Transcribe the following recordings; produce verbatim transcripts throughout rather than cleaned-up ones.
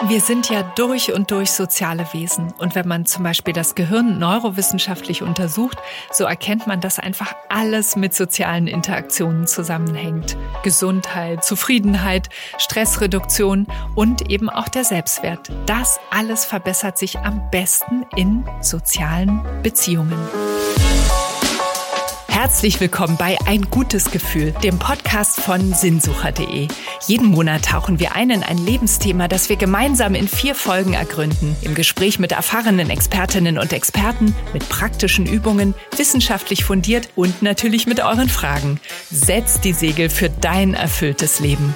Wir sind ja durch und durch soziale Wesen. Und wenn man zum Beispiel das Gehirn neurowissenschaftlich untersucht, so erkennt man, dass einfach alles mit sozialen Interaktionen zusammenhängt. Gesundheit, Zufriedenheit, Stressreduktion und eben auch der Selbstwert. Das alles verbessert sich am besten in sozialen Beziehungen. Herzlich willkommen bei Ein gutes Gefühl, dem Podcast von sinnsucher punkt de. Jeden Monat tauchen wir ein in ein Lebensthema, das wir gemeinsam in vier Folgen ergründen. Im Gespräch mit erfahrenen Expertinnen und Experten, mit praktischen Übungen, wissenschaftlich fundiert und natürlich mit euren Fragen. Setz die Segel für dein erfülltes Leben.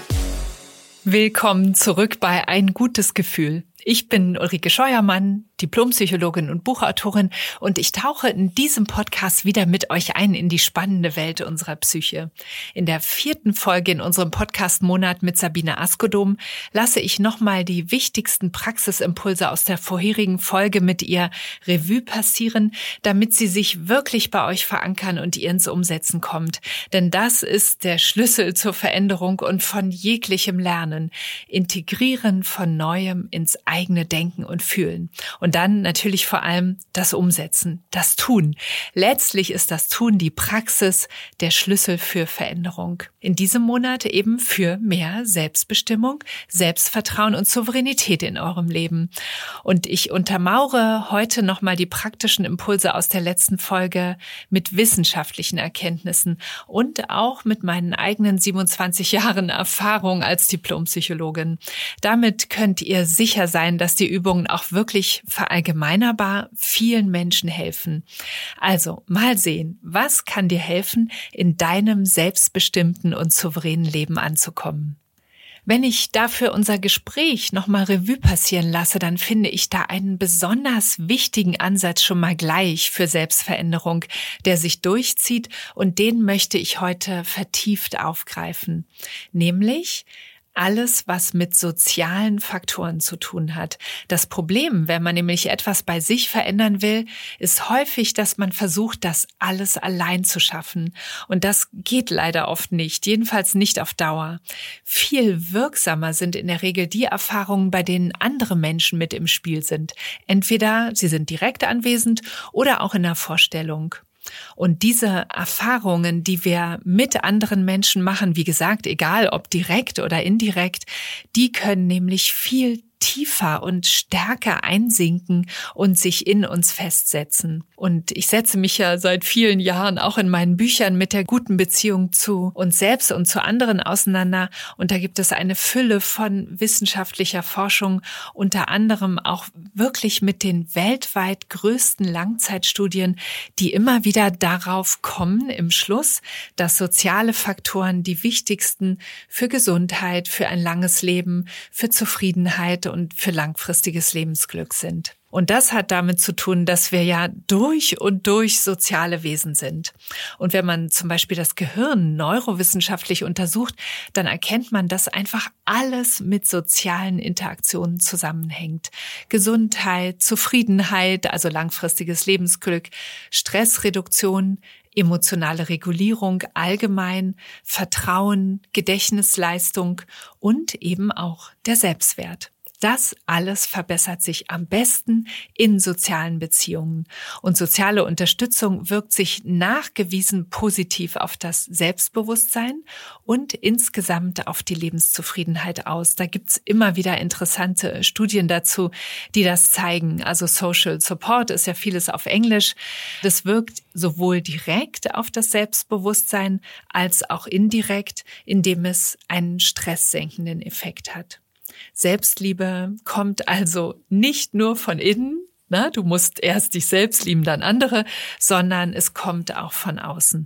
Willkommen zurück bei Ein gutes Gefühl. Ich bin Ulrike Scheuermann, Diplompsychologin und Buchautorin, und ich tauche in diesem Podcast wieder mit euch ein in die spannende Welt unserer Psyche. In der vierten Folge in unserem Podcast-Monat mit Sabine Askodom lasse ich nochmal die wichtigsten Praxisimpulse aus der vorherigen Folge mit ihr Revue passieren, damit sie sich wirklich bei euch verankern und ihr ins Umsetzen kommt. Denn das ist der Schlüssel zur Veränderung und von jeglichem Lernen. Integrieren von Neuem ins eigene Denken und Fühlen. Und dann natürlich vor allem das Umsetzen, das Tun. Letztlich ist das Tun, die Praxis, der Schlüssel für Veränderung. In diesem Monat eben für mehr Selbstbestimmung, Selbstvertrauen und Souveränität in eurem Leben. Und ich untermauere heute nochmal die praktischen Impulse aus der letzten Folge mit wissenschaftlichen Erkenntnissen und auch mit meinen eigenen siebenundzwanzig Jahren Erfahrung als Diplompsychologin. Damit könnt ihr sicher sein, dass die Übungen auch wirklich verallgemeinerbar vielen Menschen helfen. Also mal sehen, was kann dir helfen, in deinem selbstbestimmten und souveränen Leben anzukommen. Wenn ich dafür unser Gespräch nochmal Revue passieren lasse, dann finde ich da einen besonders wichtigen Ansatz schon mal gleich für Selbstveränderung, der sich durchzieht, und den möchte ich heute vertieft aufgreifen. Nämlich alles, was mit sozialen Faktoren zu tun hat. Das Problem, wenn man nämlich etwas bei sich verändern will, ist häufig, dass man versucht, das alles allein zu schaffen. Und das geht leider oft nicht, jedenfalls nicht auf Dauer. Viel wirksamer sind in der Regel die Erfahrungen, bei denen andere Menschen mit im Spiel sind. Entweder sie sind direkt anwesend oder auch in der Vorstellung. Und diese Erfahrungen, die wir mit anderen Menschen machen, wie gesagt, egal ob direkt oder indirekt, die können nämlich viel tiefer und stärker einsinken und sich in uns festsetzen. Und ich setze mich ja seit vielen Jahren auch in meinen Büchern mit der guten Beziehung zu uns selbst und zu anderen auseinander. Und da gibt es eine Fülle von wissenschaftlicher Forschung, unter anderem auch wirklich mit den weltweit größten Langzeitstudien, die immer wieder darauf kommen im Schluss, dass soziale Faktoren die wichtigsten für Gesundheit, für ein langes Leben, für Zufriedenheit und für langfristiges Lebensglück sind. Und das hat damit zu tun, dass wir ja durch und durch soziale Wesen sind. Und wenn man zum Beispiel das Gehirn neurowissenschaftlich untersucht, dann erkennt man, dass einfach alles mit sozialen Interaktionen zusammenhängt. Gesundheit, Zufriedenheit, also langfristiges Lebensglück, Stressreduktion, emotionale Regulierung allgemein, Vertrauen, Gedächtnisleistung und eben auch der Selbstwert. Das alles verbessert sich am besten in sozialen Beziehungen. Und soziale Unterstützung wirkt sich nachgewiesen positiv auf das Selbstbewusstsein und insgesamt auf die Lebenszufriedenheit aus. Da gibt's immer wieder interessante Studien dazu, die das zeigen. Also Social Support ist ja vieles auf Englisch. Das wirkt sowohl direkt auf das Selbstbewusstsein als auch indirekt, indem es einen stresssenkenden Effekt hat. Selbstliebe kommt also nicht nur von innen, na, du musst erst dich selbst lieben, dann andere, sondern es kommt auch von außen.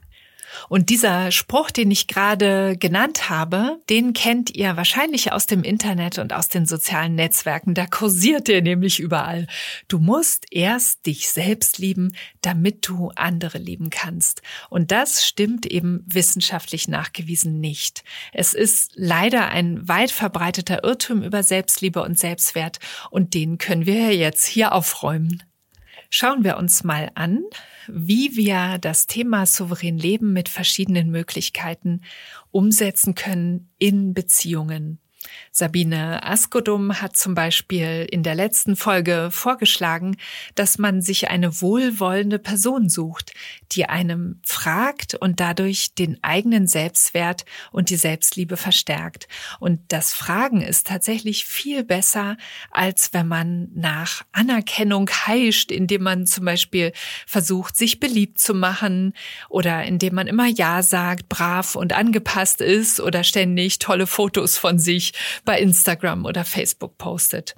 Und dieser Spruch, den ich gerade genannt habe, den kennt ihr wahrscheinlich aus dem Internet und aus den sozialen Netzwerken. Da kursiert der nämlich überall. Du musst erst dich selbst lieben, damit du andere lieben kannst. Und das stimmt eben wissenschaftlich nachgewiesen nicht. Es ist leider ein weit verbreiteter Irrtum über Selbstliebe und Selbstwert, und den können wir ja jetzt hier aufräumen. Schauen wir uns mal an, wie wir das Thema souverän leben mit verschiedenen Möglichkeiten umsetzen können in Beziehungen. Sabine Askodum hat zum Beispiel in der letzten Folge vorgeschlagen, dass man sich eine wohlwollende Person sucht, die einem fragt und dadurch den eigenen Selbstwert und die Selbstliebe verstärkt. Und das Fragen ist tatsächlich viel besser, als wenn man nach Anerkennung heischt, indem man zum Beispiel versucht, sich beliebt zu machen oder indem man immer Ja sagt, brav und angepasst ist oder ständig tolle Fotos von sich bei Instagram oder Facebook postet.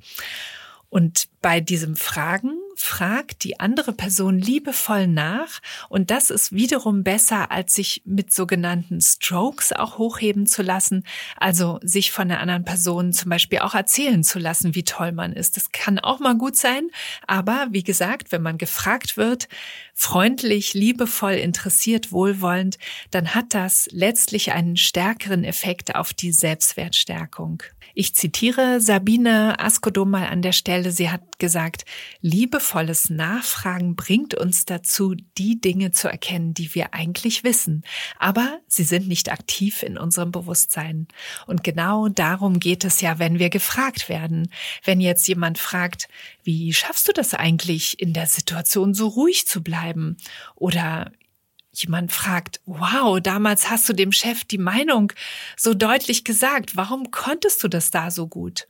Und bei diesem Fragen fragt die andere Person liebevoll nach und das ist wiederum besser, als sich mit sogenannten Strokes auch hochheben zu lassen, also sich von der anderen Person zum Beispiel auch erzählen zu lassen, wie toll man ist. Das kann auch mal gut sein, aber wie gesagt, wenn man gefragt wird, freundlich, liebevoll, interessiert, wohlwollend, dann hat das letztlich einen stärkeren Effekt auf die Selbstwertstärkung. Ich zitiere Sabine Askodum mal an der Stelle. Sie hat gesagt, liebevolles Nachfragen bringt uns dazu, die Dinge zu erkennen, die wir eigentlich wissen. Aber sie sind nicht aktiv in unserem Bewusstsein. Und genau darum geht es ja, wenn wir gefragt werden. Wenn jetzt jemand fragt, wie schaffst du das eigentlich, in der Situation so ruhig zu bleiben? Oder jemand fragt, wow, damals hast du dem Chef die Meinung so deutlich gesagt. Warum konntest du das da so gut?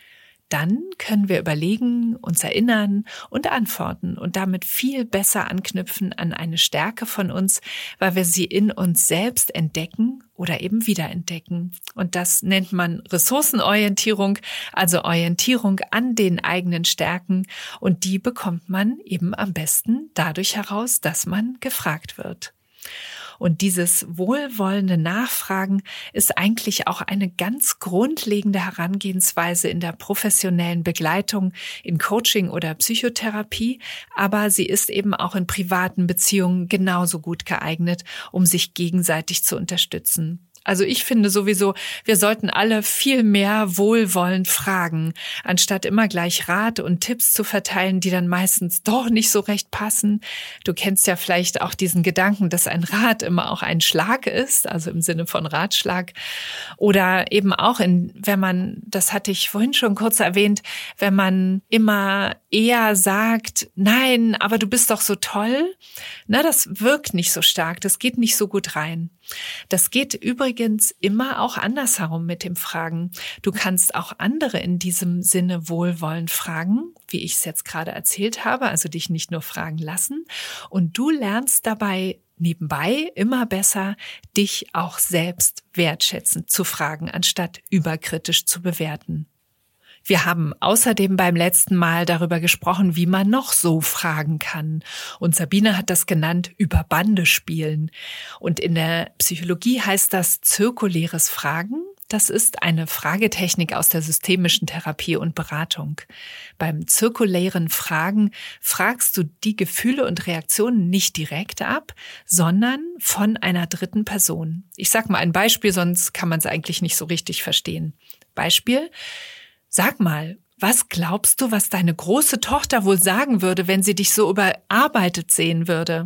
Dann können wir überlegen, uns erinnern und antworten und damit viel besser anknüpfen an eine Stärke von uns, weil wir sie in uns selbst entdecken oder eben wiederentdecken. Und das nennt man Ressourcenorientierung, also Orientierung an den eigenen Stärken. Und die bekommt man eben am besten dadurch heraus, dass man gefragt wird. Und dieses wohlwollende Nachfragen ist eigentlich auch eine ganz grundlegende Herangehensweise in der professionellen Begleitung, in Coaching oder Psychotherapie, aber sie ist eben auch in privaten Beziehungen genauso gut geeignet, um sich gegenseitig zu unterstützen. Also ich finde sowieso, wir sollten alle viel mehr wohlwollend fragen, anstatt immer gleich Rat und Tipps zu verteilen, die dann meistens doch nicht so recht passen. Du kennst ja vielleicht auch diesen Gedanken, dass ein Rat immer auch ein Schlag ist, also im Sinne von Ratschlag. Oder eben auch, in, wenn man, das hatte ich vorhin schon kurz erwähnt, wenn man immer eher sagt, nein, aber du bist doch so toll, na, das wirkt nicht so stark, das geht nicht so gut rein. Das geht übrigens immer auch andersherum mit dem Fragen. Du kannst auch andere in diesem Sinne wohlwollend fragen, wie ich es jetzt gerade erzählt habe, also dich nicht nur fragen lassen. Und du lernst dabei nebenbei immer besser, dich auch selbst wertschätzend zu fragen, anstatt überkritisch zu bewerten. Wir haben außerdem beim letzten Mal darüber gesprochen, wie man noch so fragen kann. Und Sabine hat das genannt, über Bande spielen. Und in der Psychologie heißt das zirkuläres Fragen. Das ist eine Fragetechnik aus der systemischen Therapie und Beratung. Beim zirkulären Fragen fragst du die Gefühle und Reaktionen nicht direkt ab, sondern von einer dritten Person. Ich sag mal ein Beispiel, sonst kann man es eigentlich nicht so richtig verstehen. Beispiel: Sag mal, was glaubst du, was deine große Tochter wohl sagen würde, wenn sie dich so überarbeitet sehen würde?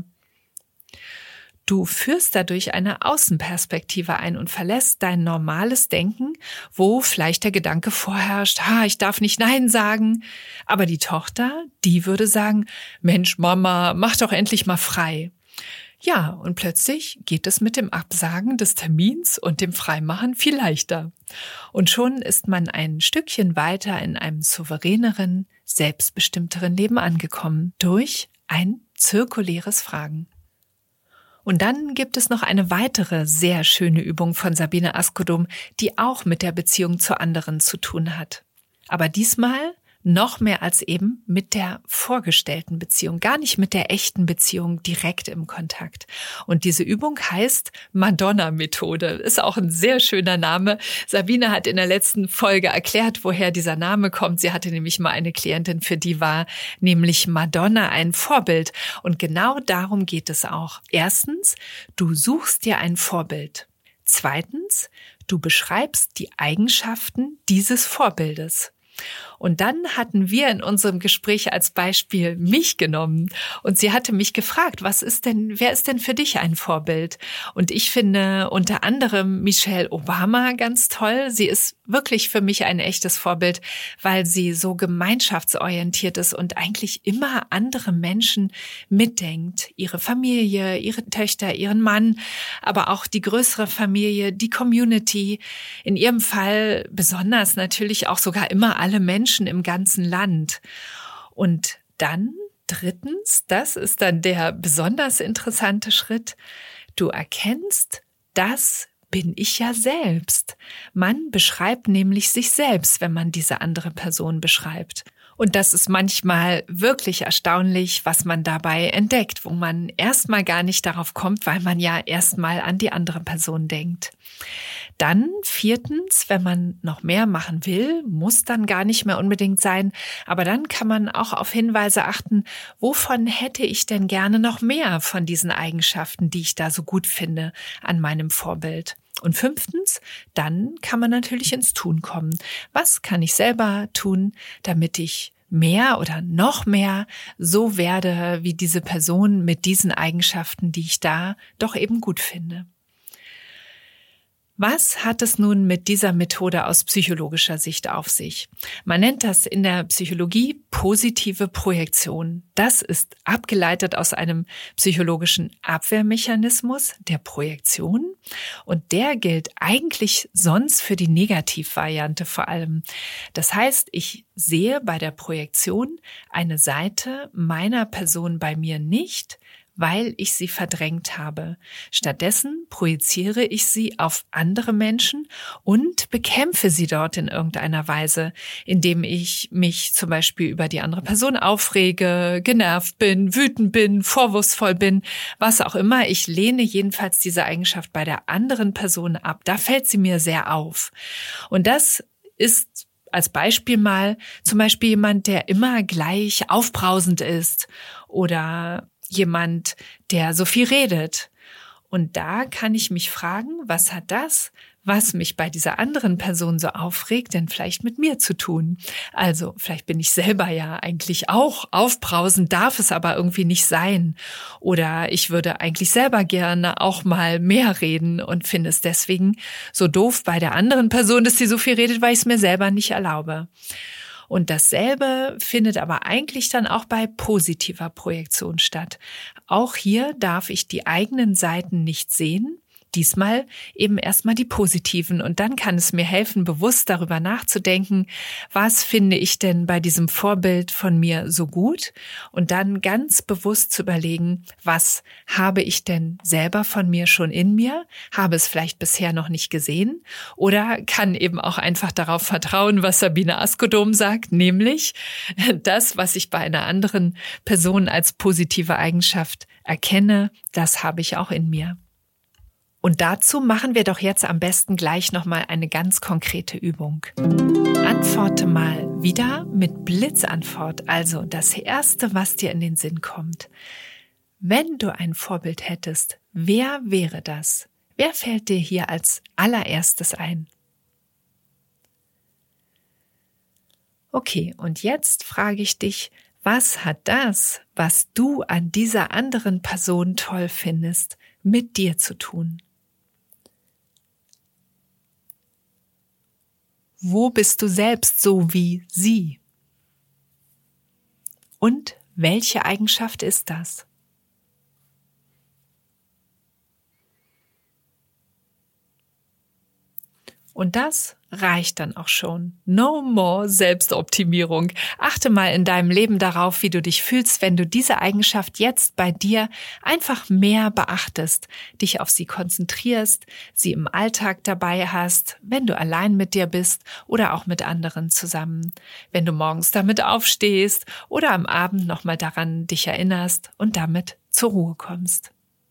Du führst dadurch eine Außenperspektive ein und verlässt dein normales Denken, wo vielleicht der Gedanke vorherrscht, ha, ich darf nicht Nein sagen. Aber die Tochter, die würde sagen, Mensch, Mama, mach doch endlich mal frei. Ja, und plötzlich geht es mit dem Absagen des Termins und dem Freimachen viel leichter. Und schon ist man ein Stückchen weiter in einem souveräneren, selbstbestimmteren Leben angekommen, durch ein zirkuläres Fragen. Und dann gibt es noch eine weitere sehr schöne Übung von Sabine Askodum, die auch mit der Beziehung zu anderen zu tun hat. Aber diesmal noch mehr als eben mit der vorgestellten Beziehung, gar nicht mit der echten Beziehung direkt im Kontakt. Und diese Übung heißt Madonna-Methode. Ist auch ein sehr schöner Name. Sabine hat in der letzten Folge erklärt, woher dieser Name kommt. Sie hatte nämlich mal eine Klientin, für die war nämlich Madonna ein Vorbild. Und genau darum geht es auch. Erstens, du suchst dir ein Vorbild. Zweitens, du beschreibst die Eigenschaften dieses Vorbildes. Und dann hatten wir in unserem Gespräch als Beispiel mich genommen und sie hatte mich gefragt, was ist denn, wer ist denn für dich ein Vorbild? Und ich finde unter anderem Michelle Obama ganz toll. Sie ist wirklich für mich ein echtes Vorbild, weil sie so gemeinschaftsorientiert ist und eigentlich immer andere Menschen mitdenkt. Ihre Familie, ihre Töchter, ihren Mann, aber auch die größere Familie, die Community. In ihrem Fall besonders natürlich auch sogar immer alle Menschen im ganzen Land. Und dann drittens, das ist dann der besonders interessante Schritt, du erkennst, das bin ich ja selbst. Man beschreibt nämlich sich selbst, wenn man diese andere Person beschreibt. Und das ist manchmal wirklich erstaunlich, was man dabei entdeckt, wo man erstmal gar nicht darauf kommt, weil man ja erstmal an die andere Person denkt. Dann viertens, wenn man noch mehr machen will, muss dann gar nicht mehr unbedingt sein, aber dann kann man auch auf Hinweise achten, wovon hätte ich denn gerne noch mehr von diesen Eigenschaften, die ich da so gut finde an meinem Vorbild. Und fünftens, dann kann man natürlich ins Tun kommen. Was kann ich selber tun, damit ich mehr oder noch mehr so werde wie diese Person mit diesen Eigenschaften, die ich da doch eben gut finde? Was hat es nun mit dieser Methode aus psychologischer Sicht auf sich? Man nennt das in der Psychologie positive Projektion. Das ist abgeleitet aus einem psychologischen Abwehrmechanismus der Projektion und der gilt eigentlich sonst für die Negativvariante vor allem. Das heißt, ich sehe bei der Projektion eine Seite meiner Person bei mir nicht, weil ich sie verdrängt habe. Stattdessen projiziere ich sie auf andere Menschen und bekämpfe sie dort in irgendeiner Weise, indem ich mich zum Beispiel über die andere Person aufrege, genervt bin, wütend bin, vorwurfsvoll bin, was auch immer. Ich lehne jedenfalls diese Eigenschaft bei der anderen Person ab. Da fällt sie mir sehr auf. Und das ist als Beispiel mal zum Beispiel jemand, der immer gleich aufbrausend ist oder jemand, der so viel redet. Und da kann ich mich fragen, was hat das, was mich bei dieser anderen Person so aufregt, denn vielleicht mit mir zu tun? Also vielleicht bin ich selber ja eigentlich auch aufbrausend, darf es aber irgendwie nicht sein. Oder ich würde eigentlich selber gerne auch mal mehr reden und finde es deswegen so doof bei der anderen Person, dass sie so viel redet, weil ich es mir selber nicht erlaube. Und dasselbe findet aber eigentlich dann auch bei positiver Projektion statt. Auch hier darf ich die eigenen Seiten nicht sehen, diesmal eben erstmal die positiven. Und dann kann es mir helfen, bewusst darüber nachzudenken, was finde ich denn bei diesem Vorbild von mir so gut? Und dann ganz bewusst zu überlegen, was habe ich denn selber von mir schon in mir? Habe es vielleicht bisher noch nicht gesehen? Oder kann eben auch einfach darauf vertrauen, was Sabine Askodom sagt, nämlich das, was ich bei einer anderen Person als positive Eigenschaft erkenne, das habe ich auch in mir. Und dazu machen wir doch jetzt am besten gleich nochmal eine ganz konkrete Übung. Antworte mal wieder mit Blitzantwort, also das Erste, was dir in den Sinn kommt. Wenn du ein Vorbild hättest, wer wäre das? Wer fällt dir hier als allererstes ein? Okay, und jetzt frage ich dich, was hat das, was du an dieser anderen Person toll findest, mit dir zu tun? Wo bist du selbst so wie sie? Und welche Eigenschaft ist das? Und das reicht dann auch schon. No more Selbstoptimierung. Achte mal in deinem Leben darauf, wie du dich fühlst, wenn du diese Eigenschaft jetzt bei dir einfach mehr beachtest, dich auf sie konzentrierst, sie im Alltag dabei hast, wenn du allein mit dir bist oder auch mit anderen zusammen, wenn du morgens damit aufstehst oder am Abend nochmal daran dich erinnerst und damit zur Ruhe kommst.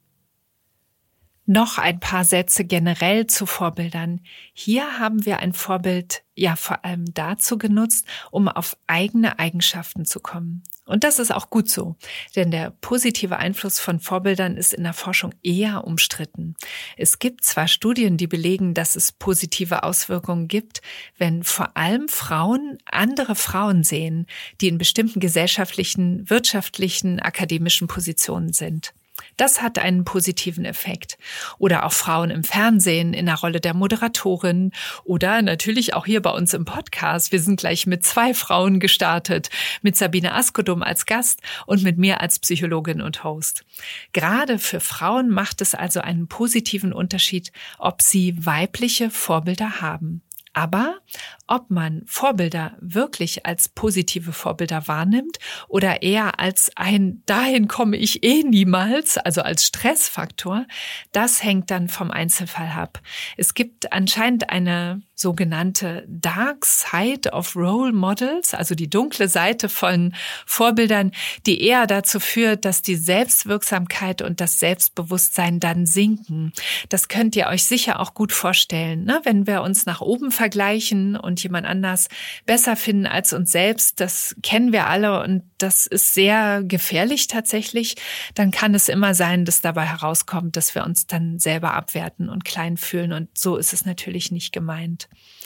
Noch ein paar Sätze generell zu Vorbildern. Hier haben wir ein Vorbild ja vor allem dazu genutzt, um auf eigene Eigenschaften zu kommen. Und das ist auch gut so, denn der positive Einfluss von Vorbildern ist in der Forschung eher umstritten. Es gibt zwar Studien, die belegen, dass es positive Auswirkungen gibt, wenn vor allem Frauen andere Frauen sehen, die in bestimmten gesellschaftlichen, wirtschaftlichen, akademischen Positionen sind. Das hat einen positiven Effekt. Oder auch Frauen im Fernsehen in der Rolle der Moderatorin oder natürlich auch hier bei uns im Podcast. Wir sind gleich mit zwei Frauen gestartet, mit Sabine Askodum als Gast und mit mir als Psychologin und Host. Gerade für Frauen macht es also einen positiven Unterschied, ob sie weibliche Vorbilder haben. Aber ob man Vorbilder wirklich als positive Vorbilder wahrnimmt oder eher als ein dahin komme ich eh niemals, also als Stressfaktor, das hängt dann vom Einzelfall ab. Es gibt anscheinend eine sogenannte Dark Side of Role Models, also die dunkle Seite von Vorbildern, die eher dazu führt, dass die Selbstwirksamkeit und das Selbstbewusstsein dann sinken. Das könnt ihr euch sicher auch gut vorstellen, ne? Wenn wir uns nach oben vergleichen und jemand anders besser finden als uns selbst, das kennen wir alle und das ist sehr gefährlich tatsächlich, dann kann es immer sein, dass dabei herauskommt, dass wir uns dann selber abwerten und klein fühlen und so ist es natürlich nicht gemeint.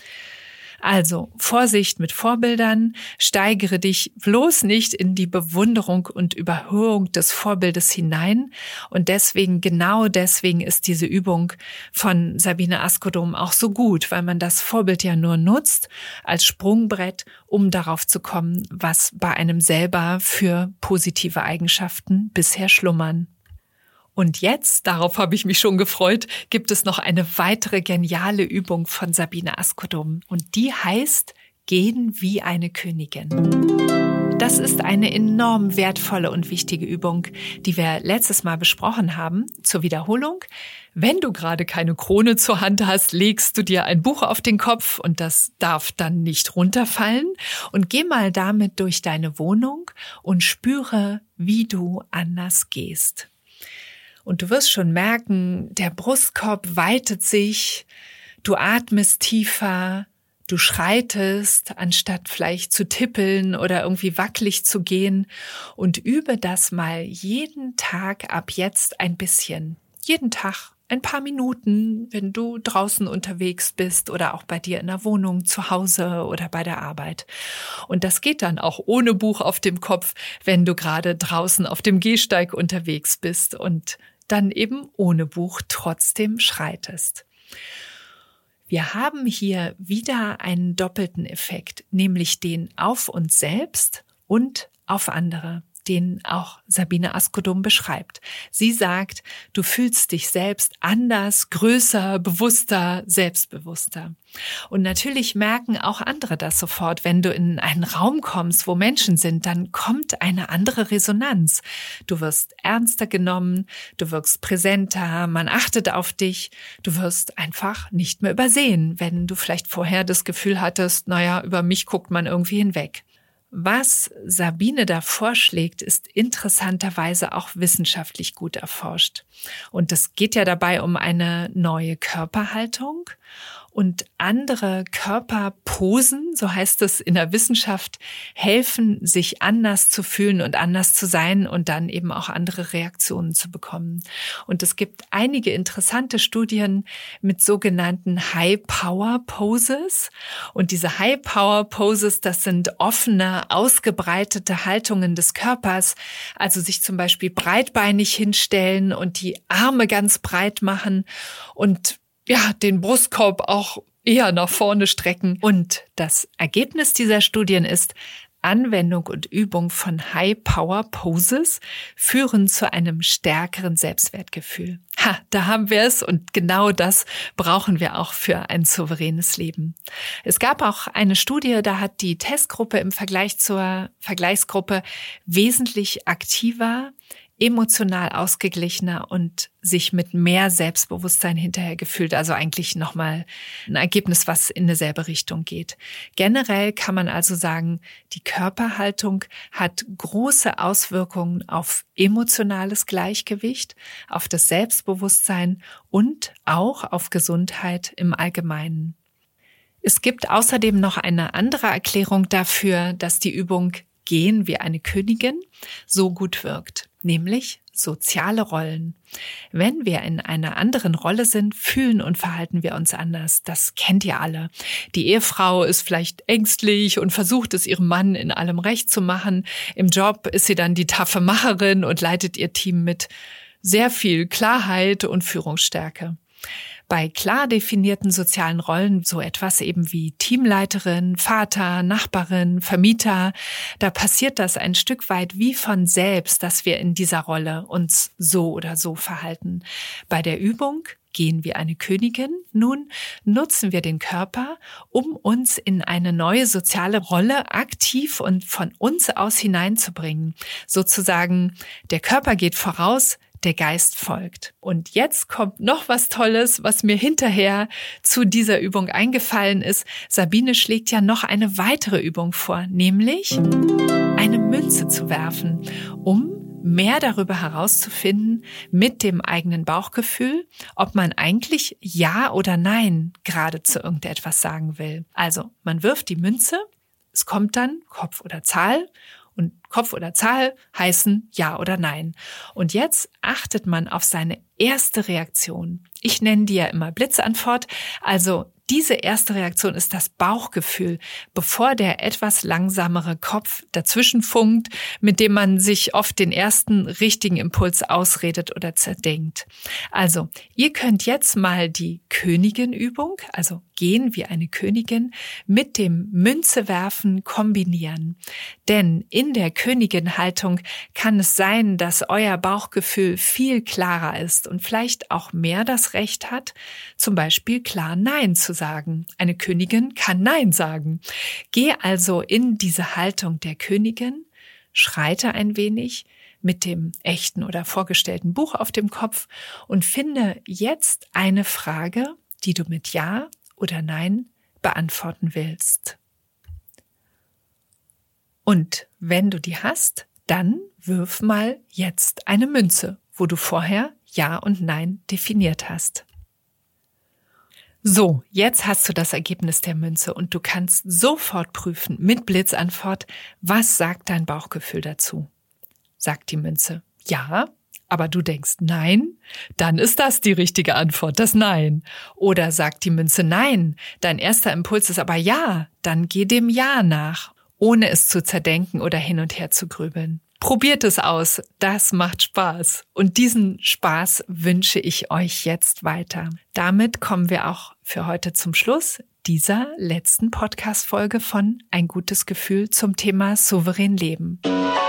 Also Vorsicht mit Vorbildern, steigere dich bloß nicht in die Bewunderung und Überhöhung des Vorbildes hinein und deswegen, genau deswegen ist diese Übung von Sabine Askodum auch so gut, weil man das Vorbild ja nur nutzt als Sprungbrett, um darauf zu kommen, was bei einem selber für positive Eigenschaften bisher schlummern. Und jetzt, darauf habe ich mich schon gefreut, gibt es noch eine weitere geniale Übung von Sabine Askodum. Und die heißt Gehen wie eine Königin. Das ist eine enorm wertvolle und wichtige Übung, die wir letztes Mal besprochen haben. Zur Wiederholung. Wenn du gerade keine Krone zur Hand hast, legst du dir ein Buch auf den Kopf und das darf dann nicht runterfallen. Und geh mal damit durch deine Wohnung und spüre, wie du anders gehst. Und du wirst schon merken, der Brustkorb weitet sich, du atmest tiefer, du schreitest, anstatt vielleicht zu tippeln oder irgendwie wackelig zu gehen. Und übe das mal jeden Tag ab jetzt ein bisschen. Jeden Tag ein paar Minuten, wenn du draußen unterwegs bist oder auch bei dir in der Wohnung, zu Hause oder bei der Arbeit. Und das geht dann auch ohne Buch auf dem Kopf, wenn du gerade draußen auf dem Gehsteig unterwegs bist und dann eben ohne Buch trotzdem schreitest. Wir haben hier wieder einen doppelten Effekt, nämlich den auf uns selbst und auf andere, den auch Sabine Askodum beschreibt. Sie sagt, du fühlst dich selbst anders, größer, bewusster, selbstbewusster. Und natürlich merken auch andere das sofort. Wenn du in einen Raum kommst, wo Menschen sind, dann kommt eine andere Resonanz. Du wirst ernster genommen, du wirkst präsenter, man achtet auf dich. Du wirst einfach nicht mehr übersehen, wenn du vielleicht vorher das Gefühl hattest, naja, über mich guckt man irgendwie hinweg. Was Sabine da vorschlägt, ist interessanterweise auch wissenschaftlich gut erforscht. Und es geht ja dabei um eine neue Körperhaltung und andere Körperposen, so heißt es in der Wissenschaft, helfen, sich anders zu fühlen und anders zu sein und dann eben auch andere Reaktionen zu bekommen. Und es gibt einige interessante Studien mit sogenannten High-Power-Poses. Und diese High-Power-Poses, das sind offene, ausgebreitete Haltungen des Körpers, also sich zum Beispiel breitbeinig hinstellen und die Arme ganz breit machen und ja, den Brustkorb auch eher nach vorne strecken. Und das Ergebnis dieser Studien ist, Anwendung und Übung von High-Power-Poses führen zu einem stärkeren Selbstwertgefühl. Ha, da haben wir es und genau das brauchen wir auch für ein souveränes Leben. Es gab auch eine Studie, da hat die Testgruppe im Vergleich zur Vergleichsgruppe wesentlich aktiver, emotional ausgeglichener und sich mit mehr Selbstbewusstsein hinterher gefühlt. Also eigentlich nochmal ein Ergebnis, was in dieselbe Richtung geht. Generell kann man also sagen, die Körperhaltung hat große Auswirkungen auf emotionales Gleichgewicht, auf das Selbstbewusstsein und auch auf Gesundheit im Allgemeinen. Es gibt außerdem noch eine andere Erklärung dafür, dass die Übung Gehen wie eine Königin so gut wirkt. Nämlich soziale Rollen. Wenn wir in einer anderen Rolle sind, fühlen und verhalten wir uns anders. Das kennt ihr alle. Die Ehefrau ist vielleicht ängstlich und versucht es ihrem Mann in allem recht zu machen. Im Job ist sie dann die taffe Macherin und leitet ihr Team mit. sehr viel Klarheit und Führungsstärke. Bei klar definierten sozialen Rollen, so etwas eben wie Teamleiterin, Vater, Nachbarin, Vermieter, da passiert das ein Stück weit wie von selbst, dass wir in dieser Rolle uns so oder so verhalten. Bei der Übung Gehen wie eine Königin. Nun nutzen wir den Körper, um uns in eine neue soziale Rolle aktiv und von uns aus hineinzubringen. Sozusagen, der Körper geht voraus, der Geist folgt. Und jetzt kommt noch was Tolles, was mir hinterher zu dieser Übung eingefallen ist. Sabine schlägt ja noch eine weitere Übung vor, nämlich eine Münze zu werfen, um mehr darüber herauszufinden mit dem eigenen Bauchgefühl, ob man eigentlich Ja oder Nein gerade zu irgendetwas sagen will. Also man wirft die Münze, es kommt dann Kopf oder Zahl und Kopf oder Zahl heißen Ja oder Nein. Und jetzt achtet man auf seine erste Reaktion. Ich nenne die ja immer Blitzantwort, also diese erste Reaktion ist das Bauchgefühl, bevor der etwas langsamere Kopf dazwischen funkt, mit dem man sich oft den ersten richtigen Impuls ausredet oder zerdenkt. Also, ihr könnt jetzt mal die Königin-Übung, also gehen wie eine Königin, mit dem Münzewerfen kombinieren. Denn in der Königin-Haltung kann es sein, dass euer Bauchgefühl viel klarer ist und vielleicht auch mehr das Recht hat, zum Beispiel klar Nein zu sagen. Eine Königin kann Nein sagen. Geh also in diese Haltung der Königin, schreite ein wenig mit dem echten oder vorgestellten Buch auf dem Kopf und finde jetzt eine Frage, die du mit Ja oder Nein beantworten willst. Und wenn du die hast, dann wirf mal jetzt eine Münze, wo du vorher Ja und Nein definiert hast. So, jetzt hast du das Ergebnis der Münze und du kannst sofort prüfen mit Blitzantwort, was sagt dein Bauchgefühl dazu? Sagt die Münze Ja, aber du denkst Nein, dann ist das die richtige Antwort, das Nein. Oder sagt die Münze Nein, dein erster Impuls ist aber Ja, dann geh dem Ja nach, ohne es zu zerdenken oder hin und her zu grübeln. Probiert es aus, das macht Spaß. Und diesen Spaß wünsche ich euch jetzt weiter. Damit kommen wir auch für heute zum Schluss dieser letzten Podcast-Folge von Ein gutes Gefühl zum Thema souverän leben.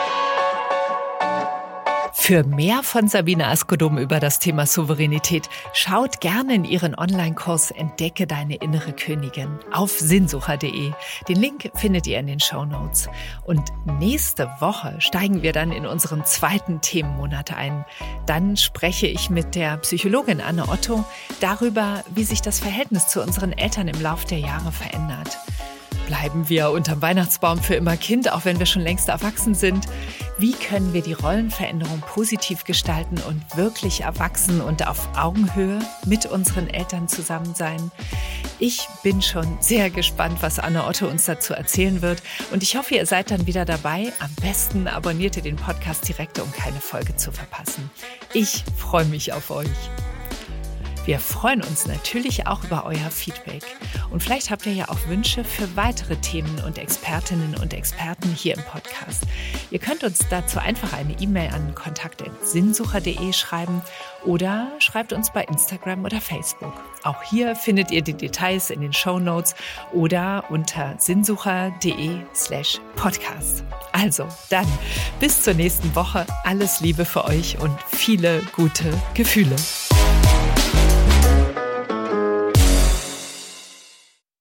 Für mehr von Sabine Askodom über das Thema Souveränität schaut gerne in ihren Online-Kurs Entdecke deine innere Königin auf sinnsucher punkt de. Den Link findet ihr in den Shownotes. Und nächste Woche steigen wir dann in unseren zweiten Themenmonat ein. Dann spreche ich mit der Psychologin Anne Otto darüber, wie sich das Verhältnis zu unseren Eltern im Lauf der Jahre verändert. Bleiben wir unterm Weihnachtsbaum für immer Kind, auch wenn wir schon längst erwachsen sind? Wie können wir die Rollenveränderung positiv gestalten und wirklich erwachsen und auf Augenhöhe mit unseren Eltern zusammen sein? Ich bin schon sehr gespannt, was Anne Otto uns dazu erzählen wird. Und ich hoffe, ihr seid dann wieder dabei. Am besten abonniert ihr den Podcast direkt, um keine Folge zu verpassen. Ich freue mich auf euch. Wir freuen uns natürlich auch über euer Feedback. Und vielleicht habt ihr ja auch Wünsche für weitere Themen und Expertinnen und Experten hier im Podcast. Ihr könnt uns dazu einfach eine E-Mail an kontakt at sinnsucher punkt de schreiben oder schreibt uns bei Instagram oder Facebook. Auch hier findet ihr die Details in den Shownotes oder unter sinnsucher punkt de slash podcast. Also, dann bis zur nächsten Woche. Alles Liebe für euch und viele gute Gefühle.